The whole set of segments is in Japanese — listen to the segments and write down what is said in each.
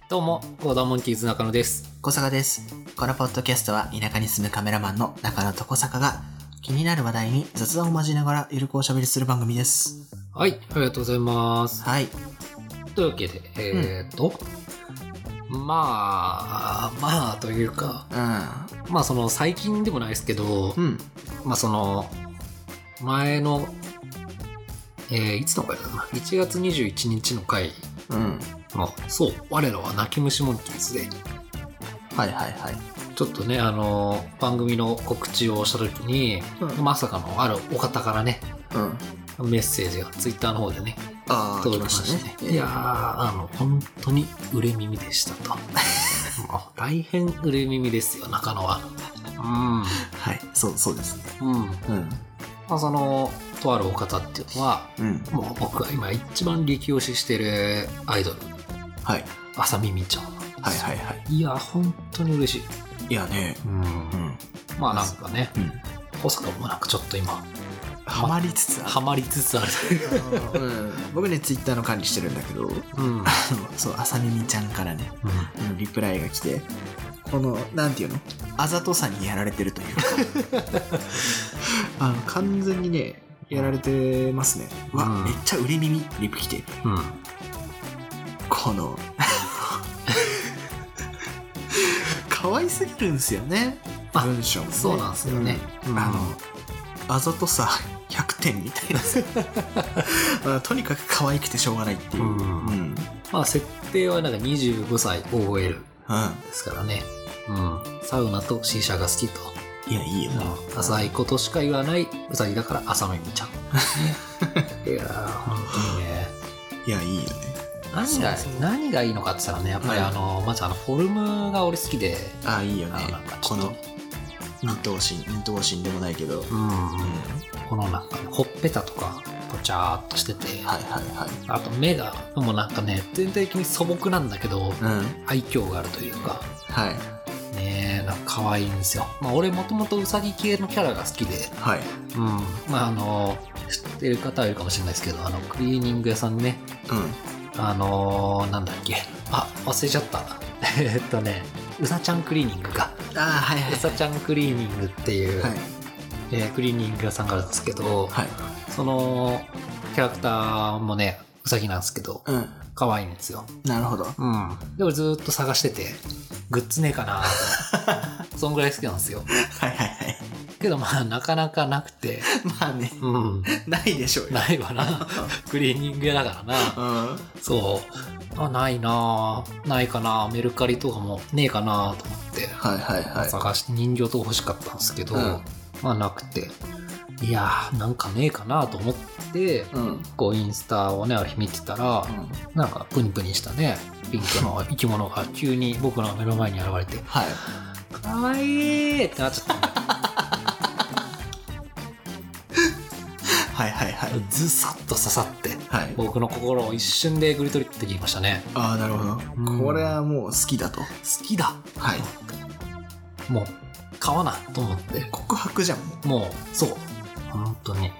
どうも、ゴーダーモンキーズ中野です。 小坂です。このポッドキャストは田舎に住むカメラマンの中野と小坂が気になる話題に雑談を交えながらゆるくおしゃべりする番組です。 はい、ありがとうございます。 はい。 というわけで、まあというか、まあその最近でもないですけど、まあその前の、いつの回だったかな、1月21日の回の、そう、我らは泣き虫モンキーズで、 はいはいはい。 ちょっとね、番組の告知をしたときに、まさかのあるお方からね、メッセージがツイッターの方でね、届きましたね。いやー、本当に売れ耳でしたと。大変売れ耳ですよ、中野は。 はい、そうですね。 まあ、その、とあるお方っていうのは、もう僕が今一番激推ししてるアイドル。 はい。 朝耳ちゃん。 はいはいはい。 いや、本当に嬉しい。 いやね。 まあなんかね、小坂もなんかちょっと今、 ハマりつつある。僕ね、ツイッターの管理してるんだけど、そう、朝耳ちゃんからね、リプライが来て、この、なんていうの、あざとさにやられてるというか、完全にね、やられてますね。めっちゃ売れ耳リプ来て、この、可愛すぎるんですよね、文章もね。 そうなんですよね。 あざとさ100点みたいなとにかく可愛くてしょうがないっていう、 まあ設定はなんか25歳 OL ですからね、サウナとシーシャが好きと。 いや、いいよね。 浅いことしか言わないウサギだから朝耳ちゃん。いやー、本当にね。 いや、いいよね。 何がいいのかって言ったらね、やっぱりまずフォルムが俺好きで。 いいよね。この二頭身でもないけど、 このなんかほっぺたとかぽちゃーっとしてて、あと目がもうなんかね、全体的に素朴なんだけど、愛嬌があるというか、ねえ、なんか可愛いんですよ。まあ俺もともとウサギ系のキャラが好きで、まあ知ってる方はいるかもしれないですけど、クリーニング屋さんね、なんだっけ、忘れちゃった。うさちゃんクリーニングか。うさちゃんクリーニングっていう、クリーニング屋さんがあるんですけど、そのキャラクターもね、うさぎなんですけど、可愛いんですよ。 なるほど。 で、俺ずっと探してて、グッズねえかなと。そんぐらい好きなんですよ。けどまあなかなかなくて。 まあね、ないでしょうよ。 ないわな。クリーニング屋だからな。そう。ないかな。メルカリとかもねえかなと思って。探して人形とか欲しかったんですけど、まあなくて。いやー、なんかねえかなと思って、こうインスタをね、ある日見てたら、なんかプニプニしたね、ピンクの生き物が急に僕の目の前に現れて、かわいいってなっちゃったんだよ。ずさっと刺さって、僕の心を一瞬でグリトリってきましたね。 なるほど。これはもう好きだと。 好きだ。もう買わなと思って。 告白じゃん。 もうそう。本当に。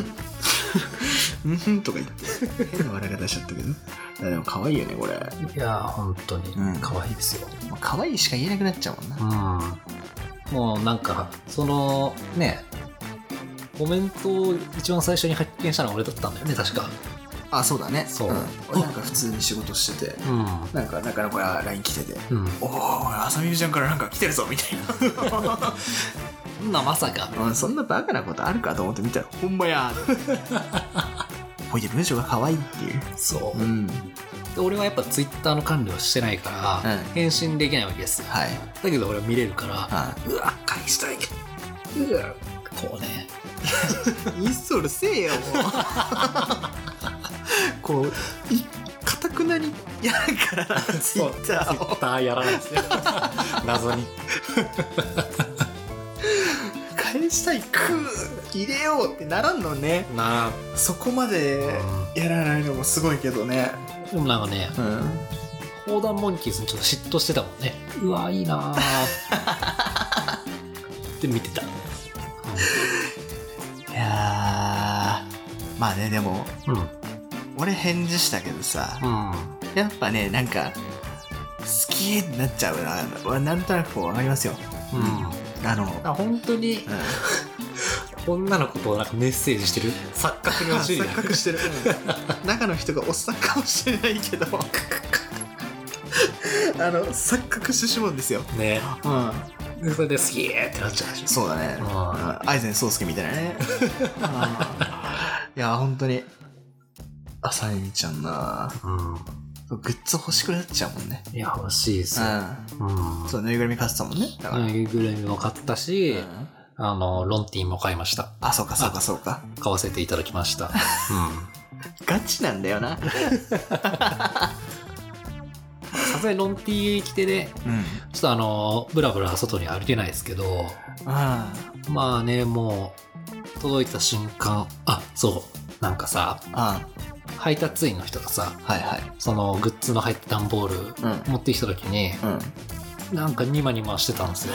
とか言って変な笑い方しちゃったけど。でも可愛いよねこれ。 いや本当に可愛いですよ。 可愛いしか言えなくなっちゃうもんな。 もうなんかそのね。コメントを一番最初に発見したのは俺だったんだよね、確か。 そうだね。俺なんか普通に仕事してて、なんか中野から LINE 来てて、おー、朝耳ちゃんからなんか来てるぞみたいな。 そんなまさか。 そんなバカなことあるかと思って見たら、ほんまやー。ほいで文章が可愛いっていう。 そう。で俺はやっぱツイッターの管理をしてないから、返信できないわけです。だけど俺は見れるから、うわ、返したい。こうね。 インストールせえよもう。こうかたくなにやるからな、ツイッターやらないですよ。謎に返したい、入れようってならんのね。そこまでやらないのもすごいけどね。 でもなんかね、砲弾モンキーズにちょっと嫉妬してたもんね。うわ、いいなって見てた。 いやまあね、でも、俺返事したけどさ、やっぱね、なんか好きってなっちゃうな。なんとなくこう分かりますよ。 本当に、女の子となんかメッセージしてる錯覚に陥る。 錯覚してる。中の人がおっさんかもしれないけど錯覚してしまうんですよね。それで好きってなっちゃうでしょ。 そうだね。愛禅宗介みたいなね。いや本当にあさみちゃんな。グッズ欲しくなっちゃうもんね。 いや欲しいですよ。 そう、ぬいぐるみ買ってたもんね。 ぬいぐるみも買ったし、ロンティーも買いました。 あ、そうかそうかそうか。 買わせていただきました。 ガチなんだよな。 さすがにロンティー着てね、ちょっとブラブラ外に歩けないですけど、まあね、もう届いた瞬間、そうなんかさ、配達員の人がさ、そのグッズの入った段ボール持ってきた時に、なんかニマニマしてたんですよ。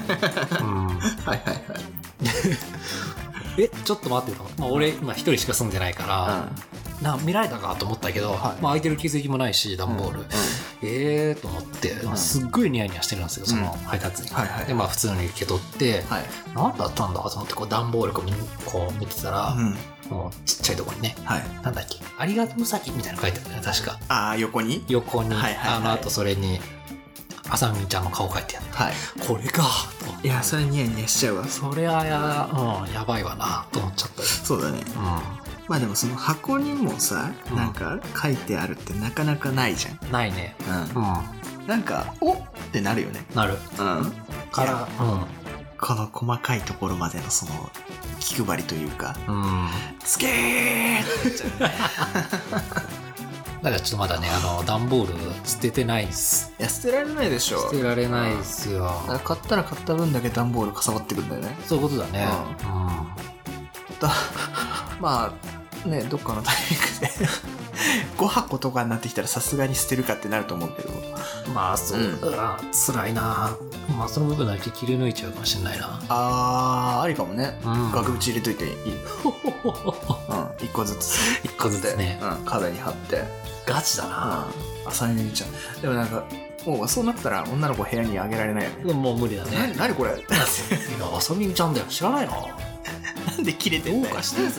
ちょっと待ってと。俺今一人しか住んでないから、見られたかと思ったけど、空いてる形跡もないし段ボール、と思ってすっごいニヤニヤしてるんですよ、その配達員。で普通に受け取って、何だったんだと思ってこう段ボールこう見てたら、もうちっちゃいところにね、なんだっけ、ありがとうさきみたいなの書いてあるね、確か。横にあとそれにあさみちゃんの顔書いてあって、これかと。 いやそれニヤニヤしちゃうわ。 それはやばいわなと思っちゃった。 そうだね。まあでもその箱にもさ、なんか書いてあるってなかなかないじゃん。 ないね。 なんかおってなるよね。 なる。から、 この細かいところまでのその気配りというか、つけーってなっちゃうね。 だからちょっとまだね、段ボール捨ててないっす。 いや捨てられないでしょ。 捨てられないっすよ。 買ったら買った分だけ段ボールかさばってくんだよね。 そういうことだね。 まあね、どっかのタイミングで5箱とかになってきたらさすがに捨てるかってなると思うけど、 まあそうだ、辛いな。まあその部分だけ切り抜いちゃうかもしれないな。 ありかもね。額縁入れといていい。1個ずつ 1個ずつね、 壁に貼って。 ガチだな。 あさみちゃんでもなんかもうそうなったら女の子部屋にあげられないよね。 もう無理だね。 何これ。 あさみちゃんだよ、知らないの。 なんで切れてんだよ。 どうかしてるぜ。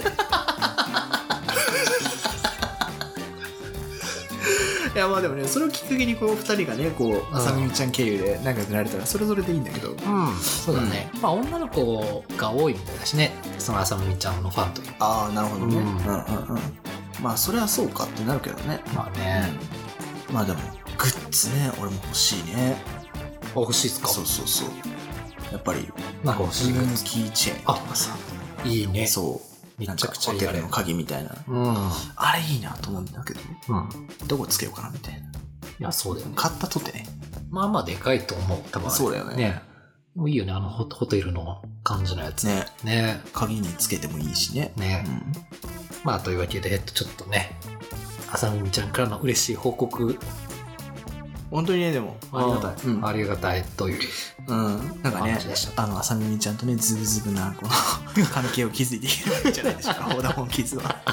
いやまあでもね、それをきっかけにこう2人がね、こうあさみちゃん経由で仲良くなれたらそれぞれでいいんだけど、 そうだね。まあ女の子が多いみたいだしね、そのあさみちゃんのファンという。 なるほどね。まあそれはそうかってなるけどね。 まあね。 まあでもグッズね、俺も欲しいね。 欲しいっすか。 そうやっぱりなんか欲しいグッズ。 キーチェーンとかさ、 いいね。 めちゃくちゃホテルの鍵みたいな、あれいいなと思うんだけど、どこつけようかなみたいな。いやそうだよね。 買ったとてね、 まあでかいと思う。多分そうだよね。 もういいよね、ホテルの感じのやつね。 鍵につけてもいいしね。 まあというわけでちょっとね、あさみちゃんからの嬉しい報告、 本当にね、でもありがたい、 ありがたいというなんかね、あさみちゃんとね、ズブズブなこの関係を築いていけるわけじゃないでしょうか。ホーダモンキッズは。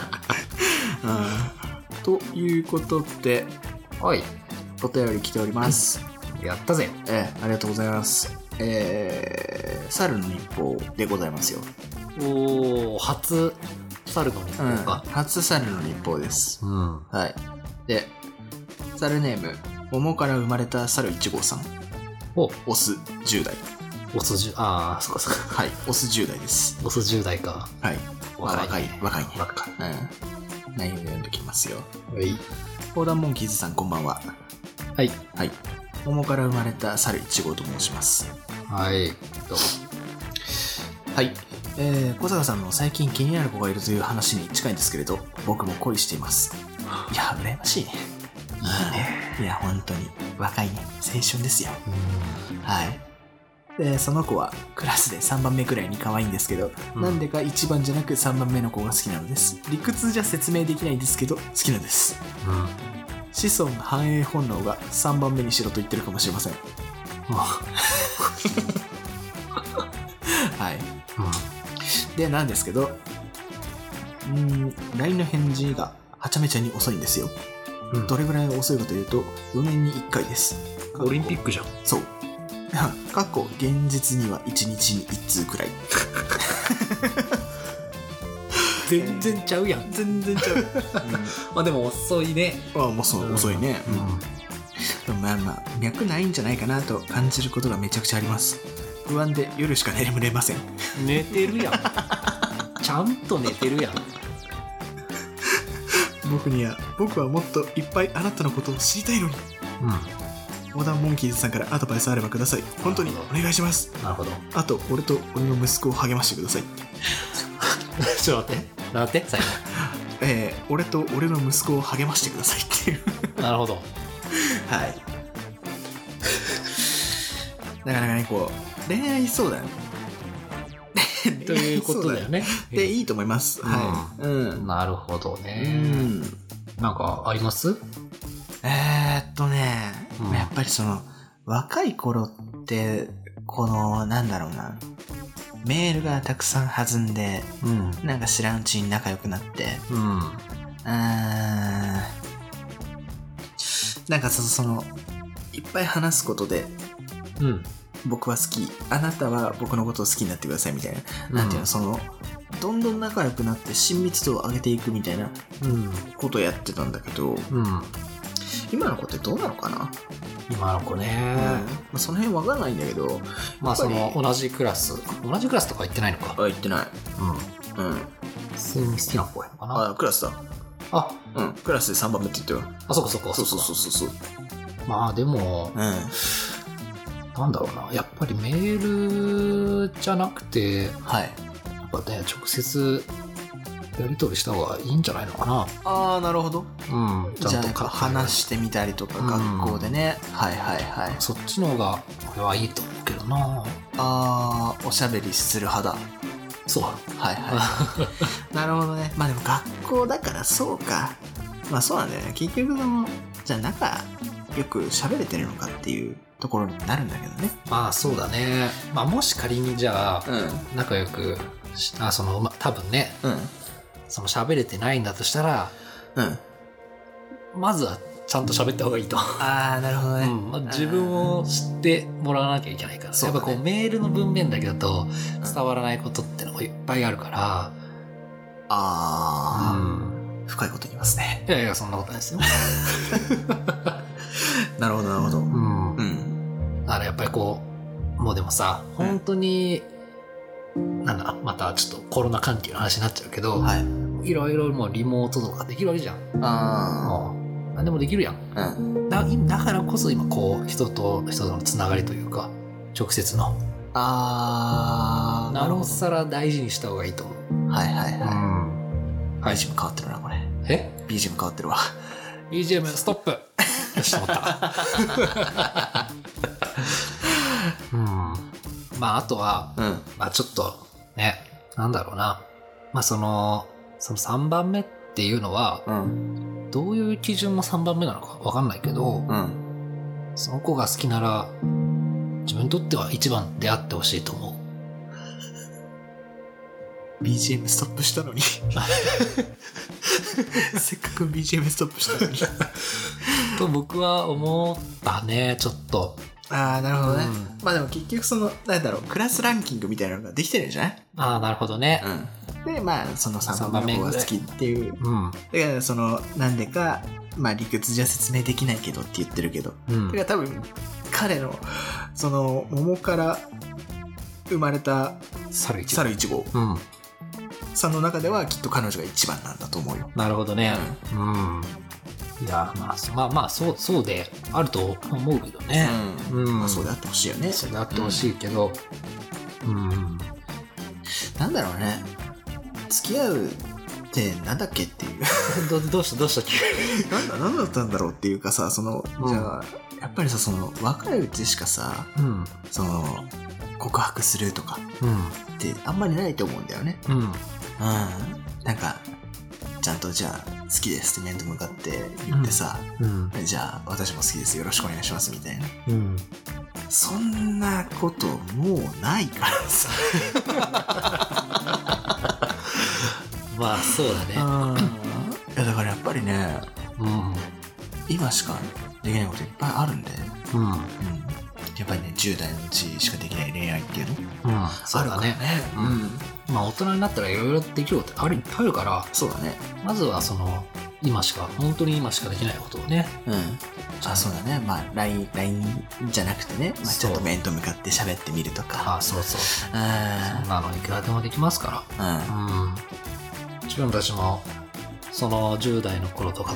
ということで、お便り来ております。 やったぜ。 ありがとうございます。猿の日報でございますよ。 初猿の日報か。 初猿の日報です。はい。で、猿ネーム、桃から生まれた猿1号さん。オス10代。 オス10、そうかそうか。 はい、オス10代です。 オス10代か。 はい。若いね。内容読んできますよ。横断モンキーズさんこんばんは。 はい。 桃から生まれた猿1号と申します。 はい。どうも。 はい。小坂さんの最近気になる子がいるという話に近いんですけれど、僕も恋しています。いや、羨ましいね。いいね。いや、本当に。若いね。青春ですよ。はい。で、その子はクラスで3番目くらいに可愛いんですけど、なんでか1番じゃなく3番目の子が好きなのです。理屈じゃ説明できないんですけど、好きなんです。子孫繁栄本能が3番目にしろと言ってるかもしれません。はい。で、なんですけど、LINE の返事がはちゃめちゃに遅いんですよ。 どれぐらい遅いかというと4年に1回です。 オリンピックじゃん。 そう。過去現実には1日に1通くらい。 全然ちゃうやん。 全然ちゃう。 まあでも遅いね。 もう遅いね。でもまあ脈ないんじゃないかなと感じることがめちゃくちゃあります。不安で夜しか眠れません。 寝てるやん。ちゃんと寝てるやん。 僕はもっといっぱいあなたのことを知りたいのに。モダンモンキーズさんからアドバイスあればください。本当にお願いします。 なるほど。 あと俺と俺の息子を励ましてください。 ちょっと待って最後。 俺と俺の息子を励ましてくださいっていう。 なるほど。 はい。なかなかねこう恋愛相談ということだよね。 でいいと思います。はい。 なるほどね。なんかあります？ やっぱりその若い頃ってこのなんだろうな、メールがたくさん弾んで、なんか知らんうちに仲良くなって、なんかそのいっぱい話すことで、僕は好き、あなたは僕のことを好きになってくださいみたいな、なんていうの、そのどんどん仲良くなって親密度を上げていくみたいなことをやってたんだけど、今の子ってどうなのかな？ 今の子ね、 その辺わかんないんだけど、 まあその同じクラスとか行ってないのか。 行ってない。 普通に好きな子やのかな。 クラスだ。クラスで3番目って言ったよ。 そっか。 そう。 まあでも、なんだろうな、やっぱりメールじゃなくて、やっぱね直接やり取りした方がいいんじゃないのかな。 なるほど。 ちゃんと話してみたりとか、学校でね。 そっちの方が俺はいいと思うけどな。 おしゃべりする派だ。 そう。 なるほどね。まあでも学校だからそうか。まあそうなんだよね。結局じゃあ仲よく喋れてるのかっていうところになるんだけどね。 まあそうだね。まあもし仮にじゃあ、仲良く多分ね、その喋れてないんだとしたら、まずはちゃんと喋った方がいいと。 なるほどね。 自分を知ってもらわなきゃいけないから、やっぱこうメールの文面だけだと伝わらないことってのがいっぱいあるから。 深いこと言いますね。 いやそんなことないですよ。 なるほど。 だからやっぱりこうもうでもさ、本当にまたちょっとコロナ関係の話になっちゃうけど、いろいろもうリモートとかできるわけじゃん。もう何でもできるやん。だからこそ今こう人と人とのつながりというか直接のなおさら大事にした方がいいと思う。 BGM 変わってるなこれ。BGM 変わってるわ。 BGM ストップ。よし、思った。まああとは、まあちょっとね、なんだろうな、まあその3番目っていうのは、どういう基準の3番目なのかわかんないけど、その子が好きなら自分にとっては1番であってほしいと思う。 BGM ストップしたのにせっかく BGM ストップしたのにと僕は思ったね、ちょっと。 なるほどね。まあでも結局なんだろう、クラスランキングみたいなのができてるんじゃない？ なるほどね。 でまあその3番目の子が好きっていう、だからなんでかまあ理屈じゃ説明できないけどって言ってるけど、だから多分彼の桃から生まれた猿1号さんの中ではきっと彼女が一番なんだと思うよ。 なるほどね。いやまあそうであると思うけどね。 そうであってほしいよね。 そうであってほしいけど、 なんだろうね、付き合うってなんだっけっていうどうしたっけ何だったんだろうっていうかさ、じゃあやっぱりさ、若いうちしかさ、告白するとかってあんまりないと思うんだよね。なんかちゃんとじゃあ好きですって面と向かって言ってさ、じゃあ私も好きですよろしくお願いしますみたいな、そんなこともうないからさまあそうだね。 いやだからやっぱりね、 今しかできないこといっぱいあるんで、 うん。 やっぱりね、10代のうちしかできない恋愛っていうの、 そうだね。まあ大人になったらいろいろできることいっぱいあるから、 そうだね。 まずは本当に今しかできないことをね。 そうだね。まあ LINE じゃなくてね、ちょっと面と向かって喋ってみるとか。 そう。そんなのいくらでもできますから。自分たちもその10代の頃とかって、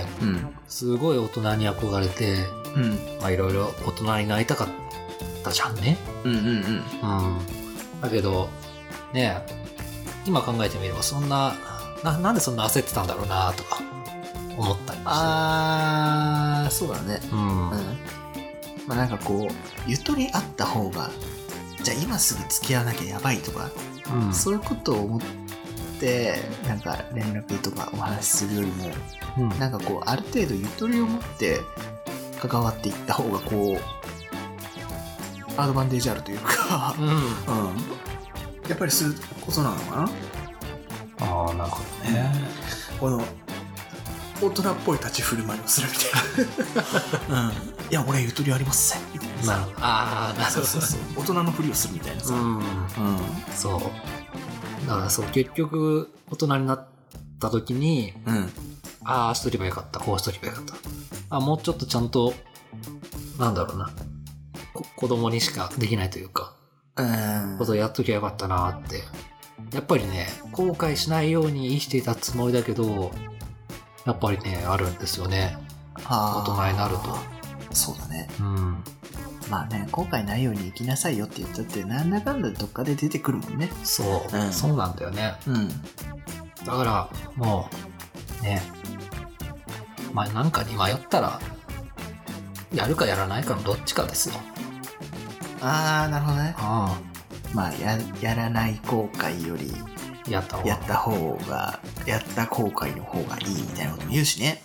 すごい大人に憧れて、まあいろいろ大人になりたかったじゃんね。だけどね、今考えてみればそんななんでそんな焦ってたんだろうなとか思ったりして。 そうだね。まあなんかこうゆとりあった方が、じゃあ今すぐ付き合わなきゃやばいとか、そういうことを思ってなんか連絡とかお話しするよりも、なんかこうある程度ゆとりを持って関わっていった方がこうアドバンテージあるというか、やっぱりそういうことなのかな。 なるほどね。 この大人っぽい立ち振る舞いをするみたいな。いや俺ゆとりありますぜみたいなさ。 なるほど。 そう大人のふりをするみたいなさ。 そうだから結局大人になった時に、ああしとけばよかった、こうしとけばよかった、もうちょっとちゃんとなんだろうな、子供にしかできないというか、ことをやっときゃよかったなって、やっぱりね、後悔しないように生きていたつもりだけど、やっぱりね、あるんですよね。大人になると。 そうだね。まあね、後悔ないように生きなさいよって言ったって、なんだかんだどっかで出てくるもんね。 そうなんだよね。だから、もう、ね、まあなんかに迷ったら、やるかやらないかのどっちかですよ。 なるほどね。まあやらない後悔よりやった方がやった後悔の方がいいみたいなことも言うしね。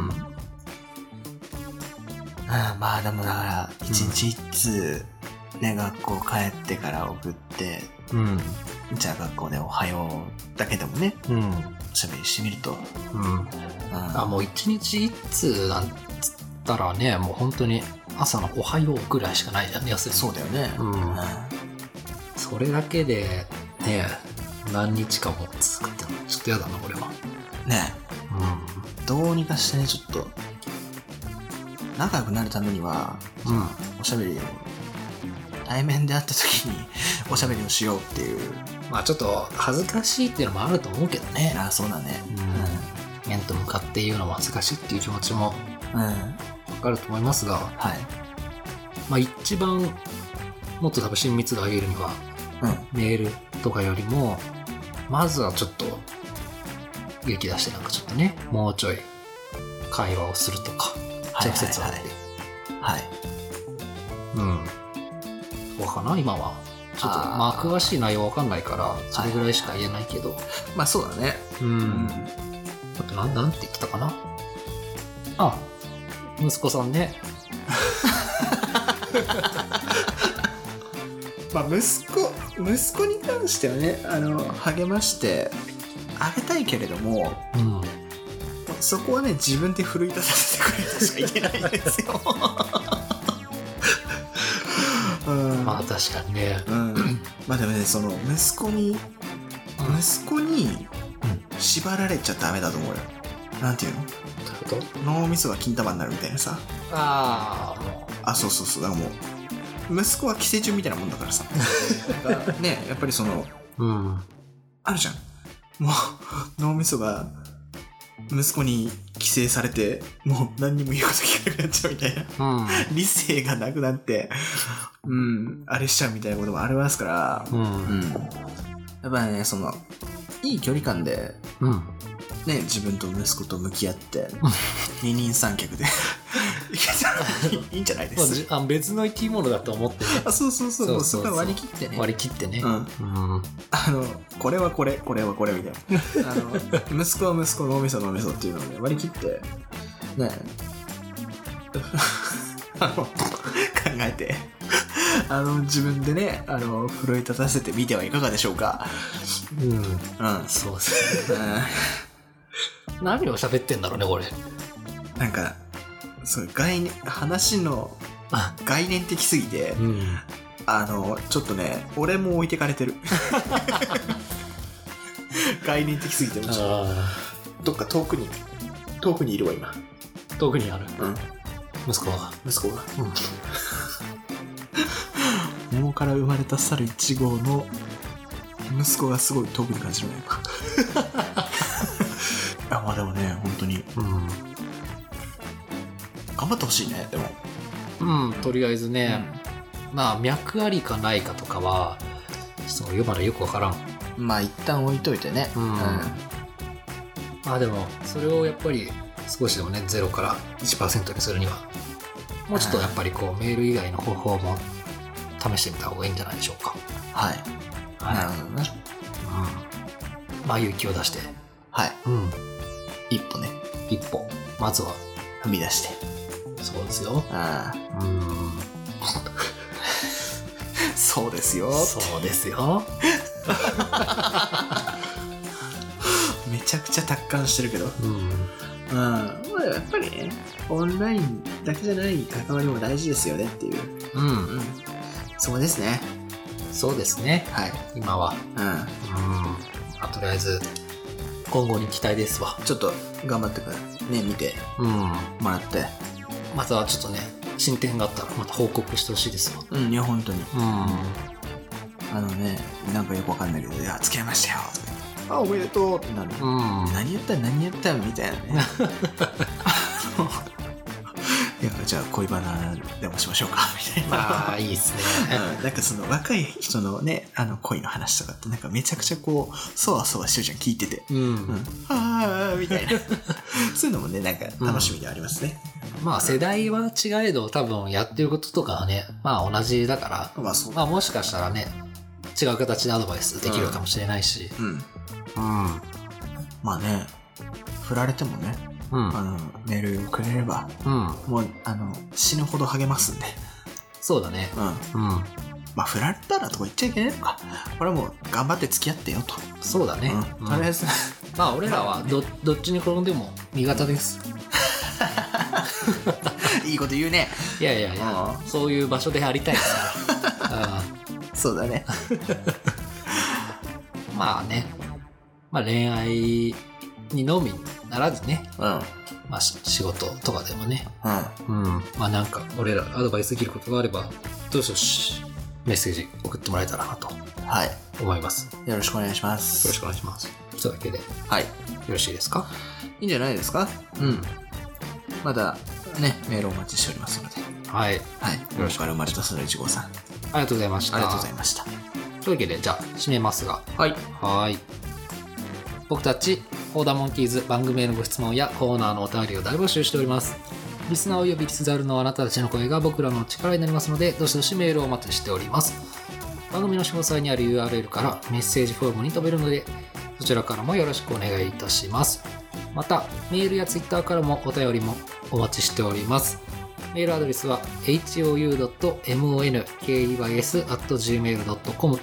まあでもだから一日一通ね、学校帰ってから送って、じゃあ学校でおはようだけでもね、おしゃべりしてみると、 もう一日一通なんつったらね、もう本当に朝のおはようぐらいしかないじゃんね。 そうだよね。 それだけでね、何日間も続くってのはちょっとやだな、これは。 ね。どうにかしてね、ちょっと仲良くなるためには、おしゃべりを対面で会った時におしゃべりをしようっていう。 まあちょっと恥ずかしいっていうのもあると思うけどね。 そうだね。 面と向かって言うのも恥ずかしいっていう気持ちもわかると思いますが、まあ一番もっと多分親密度を上げるには、メールとかよりもまずはちょっと勇気出してなんかちょっとね、もうちょい会話をするとか、直接会って、そうかな今は。ちょっとまあ詳しい内容わかんないからそれぐらいしか言えないけど、 まあそうだね。 あとなんて言ってたかな。息子さんね。 まあ息子に関してはね、励ましてあげたいけれども、そこはね、自分で奮い立たせてくれとしか言えないんですよ。 まあ確かにね。 まあでもね、その息子に縛られちゃダメだと思うよ。なんていうの？脳みそが金玉になるみたいなさ。そうだからもう息子は寄生虫みたいなもんだからさ。ね、やっぱりその、あるじゃん。もう脳みそが息子に寄生されて、もう何にも言うこと聞かなくなっちゃうみたいな、理性がなくなって、あれしちゃうみたいなこともありますから、やっぱりね、そのいい距離感で、ね、自分と息子と向き合って二人三脚でいけたらいいんじゃないですか。 別の生き物だと思ってね。 そうそこは割り切ってね。これはこれみたいな。息子は息子、脳みそっていうのをね、割り切ってね考えて自分でね、奮い立たせてみてはいかがでしょうか。 そうですね。何を喋ってんだろうね、これ。 なんかそう話の概念的すぎて、ちょっとね俺も置いてかれてる概念的すぎてもちろんどっか遠くにいるわ今。 遠くにある。息子が。 桃から生まれた猿1号の息子がすごい遠くに感じるねまあでもね本当に頑張ってほしいね。でもとりあえずね、まあ脈ありかないかとかはまだよくわからん。 まあ一旦置いといてね。 まあでもそれをやっぱり少しでもね0から 1% にするにはもうちょっとやっぱりこうメール以外の方法も試してみた方がいいんじゃないでしょうか。 はい、なるほどね。 まあ勇気を出して一歩まずは踏み出して。 そうですよ。 そうですよ。 そうですよ。 めちゃくちゃ達観してるけど。まあやっぱりねオンラインだけじゃない関わりも大事ですよねっていう。そうですね。 そうですね。今は。とりあえず今後に期待ですわ。 ちょっと頑張ってからね見てもらって、 またちょっとね進展があったらまた報告してほしいですわ。 いや本当に。なんかよくわかんないけど、いや付き合いましたよ。おめでとうってなる。何やったみたいなね。いやじゃあ恋バナでもしましょうかみたいな。 まあいいですね。 なんかその若い人のね恋の話とかってなんかめちゃくちゃこうそわそわしてるじゃん聞いてて。はあみたいな。そういうのもねなんか楽しみでありますね。 まあ世代は違えど多分やってることとかはねまあ同じだから、まあもしかしたらね違う形でアドバイスできるかもしれないし。 まあね振られてもね。メールくれれば、もう死ぬほど励ますんで。 そうだね。 まあ振られたらとか言っちゃいけないのか。これはもう頑張って付き合ってよと。 そうだね。 とりあえずまあ俺らはどっちに転んでも味方です。 いいこと言うね。 いやそういう場所でありたいですから。 そうだね。 まあね、まあ恋愛にのみならずね、まあ仕事とかでもね、まあなんか俺らアドバイスできることがあればどしメッセージ送ってもらえたらなと思います。 よろしくお願いします。 よろしくお願いします。それだけでよろしいですか？ いいんじゃないですか？まだねメールお待ちしておりますので。よろしく。生まれたその1号さんありがとうございました。 ありがとうございました。 というわけでじゃあ締めますが、僕たちオーダーモンキーズ番組へのご質問やコーナーのお便りを大募集しております。リスナーおよびリスザルのあなたたちの声が僕らの力になりますのでどしどしメールをお待ちしております。番組の詳細にある URL からメッセージフォームに飛べるのでそちらからもよろしくお願いいたします。またメールや Twitter からもお便りもお待ちしております。メールアドレスは hou.monkeys@gmail.com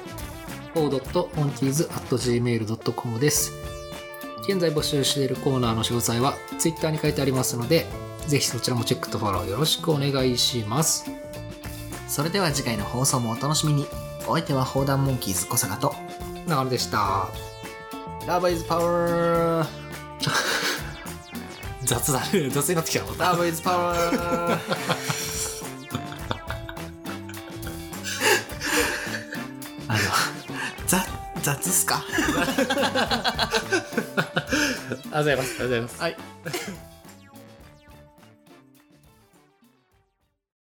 o.monkeys@gmail.com です。現在募集しているコーナーの詳細は Twitter に書いてありますのでぜひそちらもチェックとフォローよろしくお願いします。 それでは次回の放送もお楽しみに。お相手は砲弾モンキーズ小坂と長野でした。 Love is power 雑になってきたもん。 Love is power 雑っすか？ ありがとうございます。 はい